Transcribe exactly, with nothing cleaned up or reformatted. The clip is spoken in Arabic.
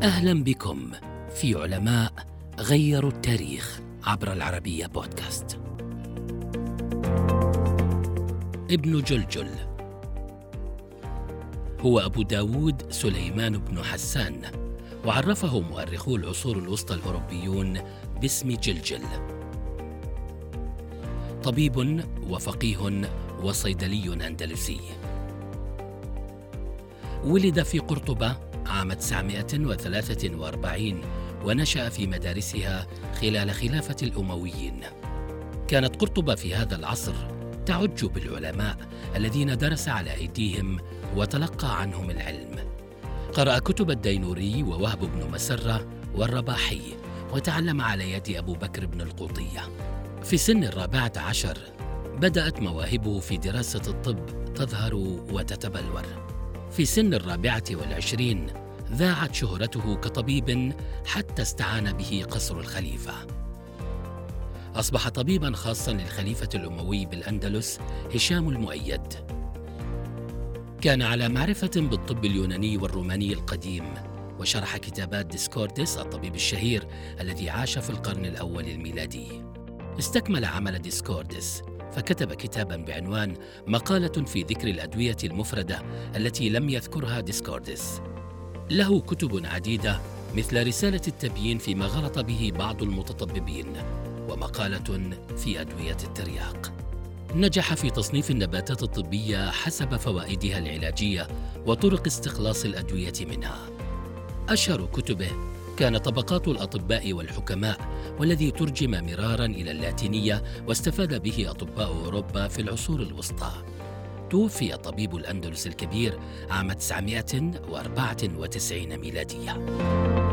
أهلا بكم في علماء غيروا التاريخ عبر العربية بودكاست. ابن جلجل هو أبو داود سليمان بن حسان، وعرفه مؤرخو العصور الوسطى الأوروبيون باسم جلجل. طبيب وفقيه وصيدلي أندلسي، ولد في قرطبة عام تسعمائة وثلاثة وأربعين ونشأ في مدارسها خلال خلافة الأمويين. كانت قرطبة في هذا العصر تعج بالعلماء الذين درس على أيديهم وتلقى عنهم العلم. قرأ كتب الدينوري ووهب بن مسرة والرباحي، وتعلم على يد أبو بكر بن القوطية. في سن الرابعة عشر بدأت مواهبه في دراسة الطب تظهر وتتبلور. في سن الرابعة والعشرين ذاعت شهرته كطبيب حتى استعان به قصر الخليفة. أصبح طبيباً خاصاً للخليفة الأموي بالأندلس هشام المؤيد. كان على معرفة بالطب اليوناني والروماني القديم، وشرح كتابات ديسكوردس الطبيب الشهير الذي عاش في القرن الأول الميلادي. استكمل عمل ديسكوردس فكتب كتاباً بعنوان مقالة في ذكر الأدوية المفردة التي لم يذكرها ديسكوردس. له كتب عديدة مثل رسالة التبيين فيما غلط به بعض المتطببين، ومقالة في أدوية الترياق. نجح في تصنيف النباتات الطبية حسب فوائدها العلاجية وطرق استخلاص الأدوية منها. أشهر كتبه كان طبقات الأطباء والحكماء، والذي ترجم مراراً إلى اللاتينية واستفاد به أطباء أوروبا في العصور الوسطى. توفي طبيب الأندلس الكبير عام تسعمائة وأربعة وتسعين ميلادية.